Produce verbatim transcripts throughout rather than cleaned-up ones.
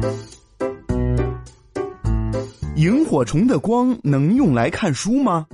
萤火虫的光能用来看书吗？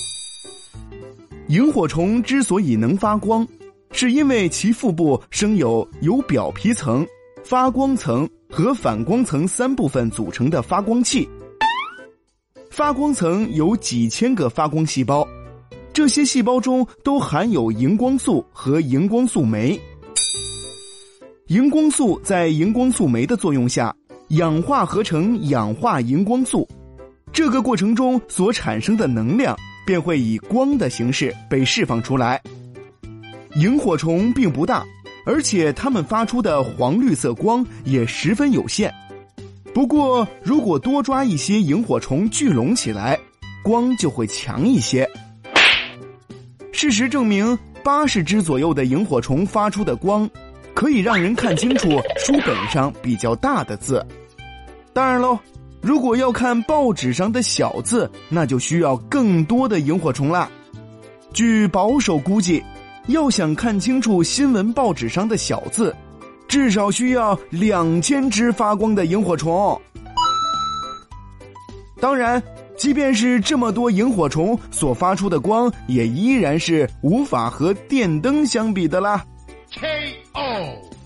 萤火虫之所以能发光，是因为其腹部生有由表皮层、发光层和反光层三部分组成的发光器。发光层有几千个发光细胞，这些细胞中都含有荧光素和荧光素酶。荧光素在荧光素酶的作用下氧化合成氧化荧光素，这个过程中所产生的能量便会以光的形式被释放出来。萤火虫并不大，而且它们发出的黄绿色光也十分有限。不过如果多抓一些萤火虫聚拢起来，光就会强一些。事实证明，八十只左右的萤火虫发出的光可以让人看清楚书本上比较大的字。当然喽，如果要看报纸上的小字，那就需要更多的萤火虫啦。据保守估计，要想看清楚新闻报纸上的小字，至少需要两千只发光的萤火虫。当然，即便是这么多萤火虫所发出的光，也依然是无法和电灯相比的啦。K O